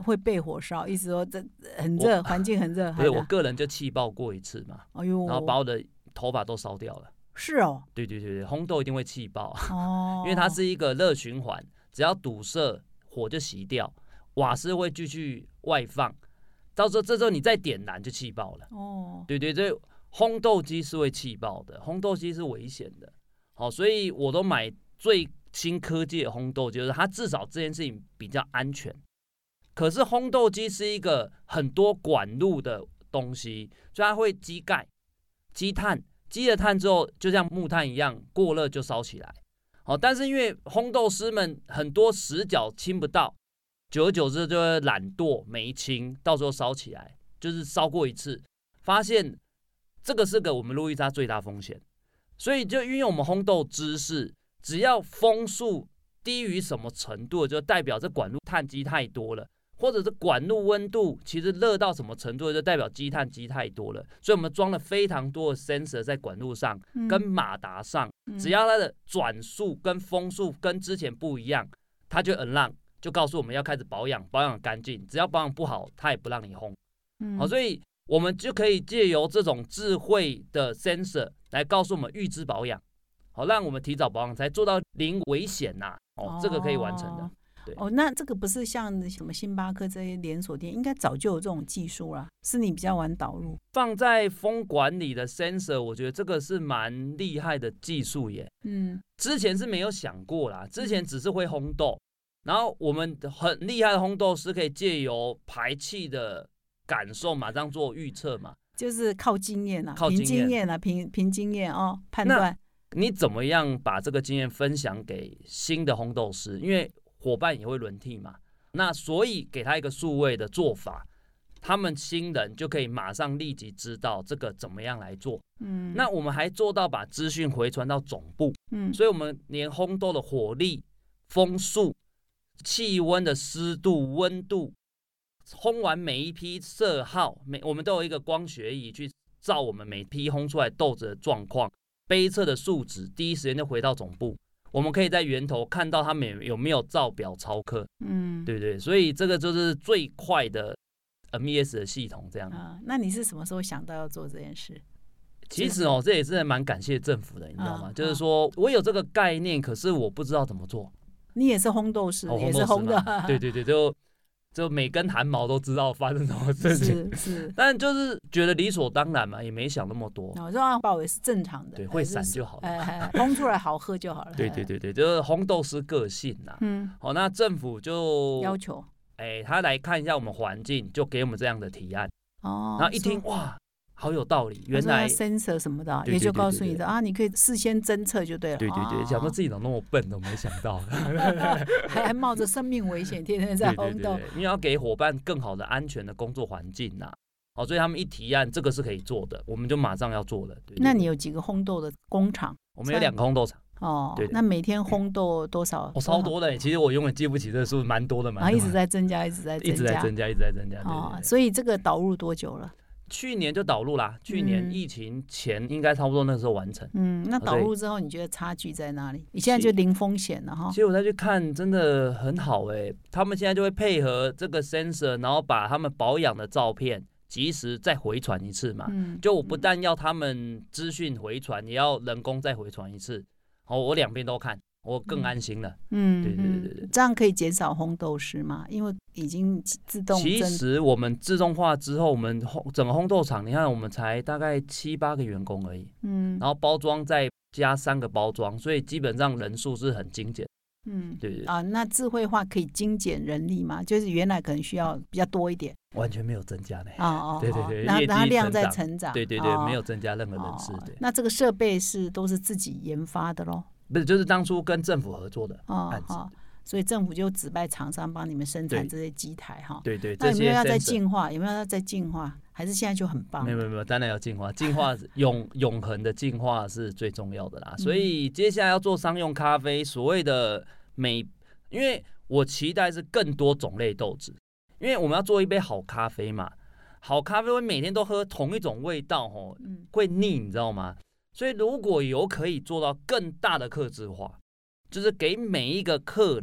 会被火烧，意思说这很热，环境很热。 对，我个人就气爆过一次嘛， 哎呦， 然后把我的头发都烧掉了。 是哦， 对，烘豆一定会气爆哦， 因为它是一个热循环，只要堵塞，火就熄掉，瓦斯会继续外放，到时候这时候你再点燃就气爆了。 哦， 对，这烘豆机是会气爆的，烘豆机是危险的。好，所以我都买最新科技的烘豆机，就是它至少这件事情比较安全。可是烘豆机是一个很多管路的东西，所以它会积钙、积碳。积了碳之后，就像木炭一样，过热就烧起来。好，但是因为烘豆师们很多死角清不到，久而久之就会懒惰没清，到时候烧起来，就是烧过一次，发现这个是个我们路易莎最大风险。所以就运用我们烘豆知识，只要风速低于什么程度，就代表这管路碳积太多了。或者是管路温度其实热到什么程度，就代表积碳积太多了。所以我们装了非常多的 sensor 在管路上跟马达上，只要它的转速跟风速跟之前不一样，它就 alarm 就告诉我们要开始保养，保养干净。只要保养不好，它也不让你烘。好，所以我们就可以借由这种智慧的 sensor 来告诉我们预知保养，好，让我们提早保养，才做到零危险呐。这个可以完成的。 那这个不是像什么星巴克这些连锁店，应该早就有这种技术啦，是你比较晚导入。 放在风管里的 sensor， 我觉得这个是蛮厉害的技术耶。之前是没有想过啦，之前只是会烘豆，然后我们很厉害的烘豆师可以借由排气的感受马上做预测嘛， 就是靠经验啊，凭经验啊，凭经验哦判断。 你怎么样把这个经验分享给新的烘豆师？因为伙伴也会轮替嘛，那所以给他一个数位的做法，他们新人就可以马上立即知道这个怎么样来做。那我们还做到把资讯回传到总部，所以我们连烘豆的火力、风速、气温的湿度、温度，烘完每一批色号，我们都有一个光学仪去照我们每批烘出来豆子的状况、杯测的数值，第一时间就回到总部。我们可以在源头看到他们有没有照表操课，对，所以这个就是最快的 MES 的系统这样。 那你是什么时候想到要做这件事？ 其实这也是蛮感谢政府的，你知道吗？就是说我有这个概念，可是我不知道怎么做。 你也是烘豆师，也是烘的， 对，就每根汗毛都知道发生什么事情， 是， 但就是觉得理所当然嘛，也没想那么多。 我说爆尾是正常的， 对，会散就好了， 烘出来好喝就好了。 对，就是烘豆师个性呐。好，那政府就要求， 他来看一下我们环境，就给我们这样的提案。然后一听哇，好有道理，原来 sensor 什么的，也就告诉你的你可以事先侦测就对了。 对，想说自己怎么那么笨，都没想到， 还冒着生命危险，天天在烘豆。 因为要给伙伴更好的安全的工作环境呐。所以他们一提案，这个是可以做的，我们就马上要做了。 那你有几个烘豆的工厂？ 我们有2个烘豆厂。 对，那每天烘豆多少？ 超多的，其实我永远记不起这个数，蛮多的， 一直在增加，一直在增加。 对。 所以这个导入多久了？ 去年就导入啦，去年疫情前应该差不多那时候完成。 那导入之后，你觉得差距在哪里？你现在就零风险了哈。 其实我再去看，真的很好他们现在就会配合这个 sensor， 然后把他们保养的照片及时再回传一次嘛。就我不但要他们资讯回传，也要人工再回传一次。我2边都看，我更安心了。对， 这样可以减少烘豆师吗？因为已经自动。 其实我们自动化之后，我们整个烘豆厂，你看我们才大概7、8个员工而已。然后包装再加3个包装，所以基本上人数是很精简。对那智慧化可以精简人力吗？就是原来可能需要比较多一点， 完全没有增加的。对， 然后它量在成长。 对，没有增加任何人事。 那这个设备都是自己研发的咯？ 不是，就是当初跟政府合作的案子。 所以政府就指派厂商帮你们生产这些机台哈。 对， 那有没有要再进化？有没有要再进化？还是现在就很棒？ 没有，当然要进化，进化永恒的进化是最重要的啦。所以接下来要做商用咖啡，所谓的因为我期待是更多种类豆子，因为我们要做一杯好咖啡嘛。好咖啡会每天都喝同一种味道会腻，你知道吗？所以如果可以做到更大的客制化，就是给每一个客人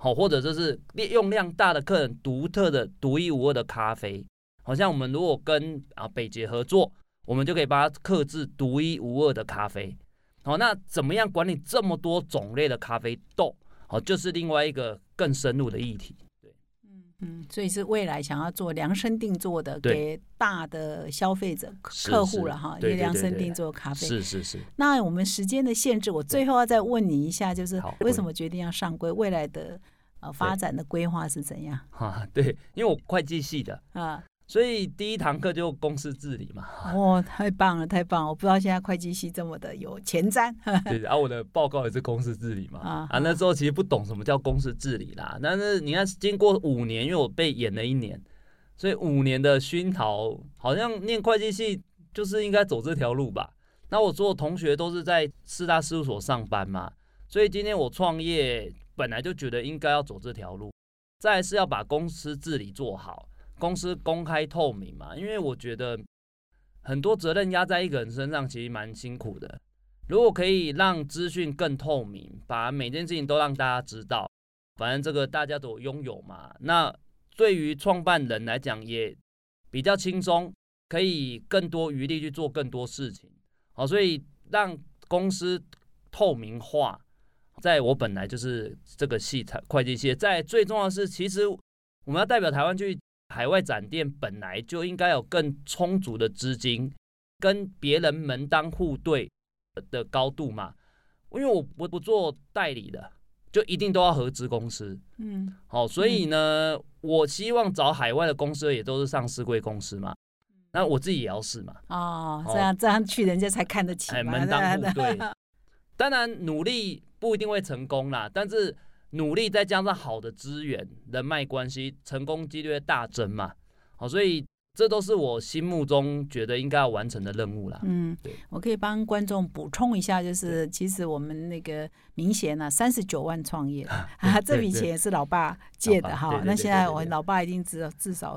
好，或者就是用量大的客人独特的独一无二的咖啡。好像我们如果跟北捷合作，我们就可以帮他客制独一无二的咖啡。好，那怎么样管理这么多种类的咖啡豆？好，就是另外一个更深入的议题。 所以是未来想要做量身定做的，给大的消费者客户了哈，也量身定做咖啡。 是。 那我们时间的限制，我最后要再问你一下，就是为什么决定要上柜？未来的发展的规划是怎样？ 对，因为我会计系的所以第一堂课就公司治理嘛。 太棒了，太棒了！我不知道现在会计系这么的有前瞻。 对，我的报告也是公司治理嘛。那时候其实不懂什么叫公司治理啦。但是你看，经过5年，因为我被延了1年，所以5年的熏陶，好像念会计系就是应该走这条路吧。那我所有同学都是在4大事务所上班嘛，所以今天我创业，本来就觉得应该要走这条路。再来是要把公司治理做好。公司公开透明嘛，因为我觉得很多责任压在一个人身上，其实蛮辛苦的。如果可以让资讯更透明，把每件事情都让大家知道，反正这个大家都拥有嘛。那对于创办人来讲也比较轻松，可以更多余力去做更多事情。好，所以让公司透明化，在我本来就是这个系会计系，在最重要的是，其实我们要代表台湾去海外展店，本来就应该有更充足的资金，跟别人门当户对的高度嘛。因为我不做代理的，就一定都要合资公司。好，所以呢，我希望找海外的公司也都是上市柜公司嘛。那我自己也要是嘛。 这样去人家才看得起嘛。 门当户对。当然努力不一定会成功啦，但是努力再加上好的资源、人脉关系，成功几率大增嘛。好，所以这都是我心目中觉得应该要完成的任务啦。 我可以帮观众补充一下，就是其实我们那个明贤39万创业这笔钱也是老爸借的哈。那现在我老爸已经至少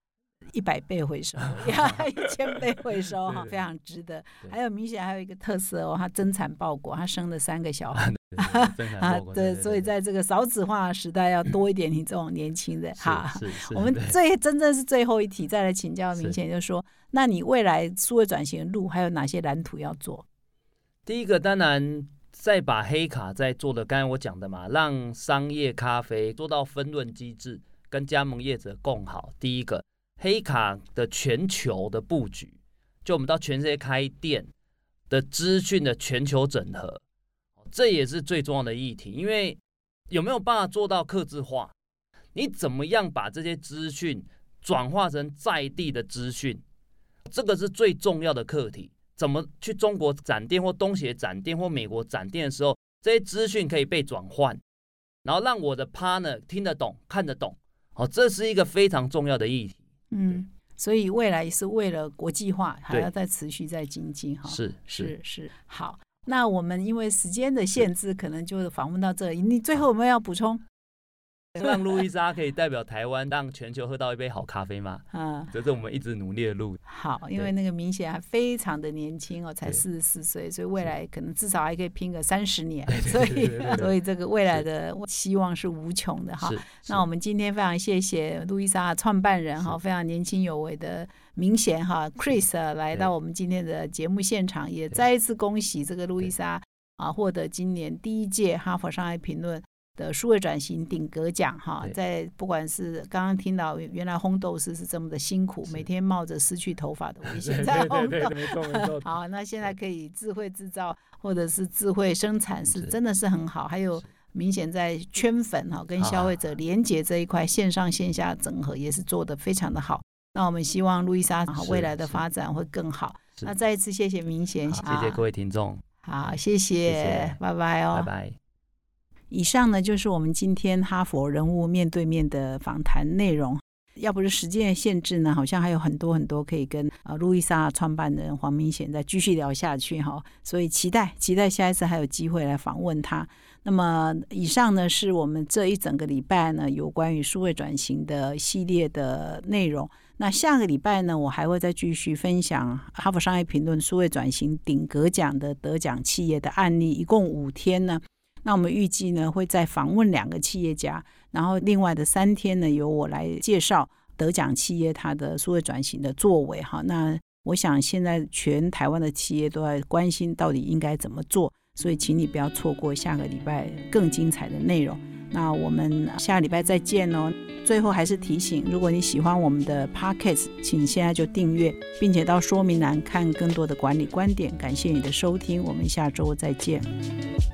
100倍回收，1000倍回收哈，非常值得。还有明显还有一个特色他真产报国，他生了3个小孩。对，所以在这个少子化时代，要多一点你这种年轻人哈。我们真正是最后一题，再来请教明显，就是说，那你未来数位转型的路还有哪些蓝图要做？ 第一个当然再把黑卡再做的，刚才我讲的嘛，让商业咖啡做到分润机制，跟加盟业者共好。第一个。黑卡的全球的布局，就我们到全世界开店的资讯的全球整合，这也是最重要的议题。因为有没有办法做到客制化？你怎么样把这些资讯转化成在地的资讯？这个是最重要的课题。怎么去中国展店或东协展店或美国展店的时候，这些资讯可以被转换，然后让我的 partner 听得懂、看得懂。这是一个非常重要的议题。 所以未来是为了国际化，还要再持续再精进哈。是。好，那我们因为时间的限制，可能就访问到这里。你最后有没有要补充？ 让路易莎可以代表台湾，让全球喝到一杯好咖啡吗？这是我们一直努力的路。 好，因为那个明显还非常的年轻才44岁，所以未来可能至少还可以拼个30年。所以这个未来的希望是无穷的哈。那我们今天非常谢谢路易莎创办人非常年轻有为的明显Chris 来到我们今天的节目现场，也再一次恭喜这个路易莎获得今年第1届哈佛商业评论的数位转型顶格奖在不管是刚刚听到原来烘豆师是这么的辛苦，每天冒着失去头发的危险在烘豆， 没错。 好，那现在可以智慧制造或者是智慧生产，是真的是很好。还有明显在圈粉跟消费者连结这一块，线上线下整合也是做得非常的好。那我们希望路易莎未来的发展会更好。那再一次谢谢明显， 谢谢各位听众。 好，谢谢，拜拜拜拜。 以上呢就是我们今天哈佛人物面对面的访谈内容。要不是时间的限制呢，好像还有很多很多可以跟路易莎创办人黄明贤再继续聊下去所以期待下一次还有机会来访问他。那么以上呢是我们这一整个礼拜呢有关于数位转型的系列的内容。那下个礼拜呢，我还会再继续分享哈佛商业评论数位转型顶格奖的得奖企业的案例，一共5天呢那我们预计呢会再访问2个企业家，然后另外的3天呢由我来介绍得奖企业它的数位转型的作为。那我想现在全台湾的企业都在关心到底应该怎么做，所以请你不要错过下个礼拜更精彩的内容。那我们下礼拜再见哦。最后还是提醒，如果你喜欢我们的 Podcast， 请现在就订阅，并且到说明栏看更多的管理观点。感谢你的收听，我们下周再见。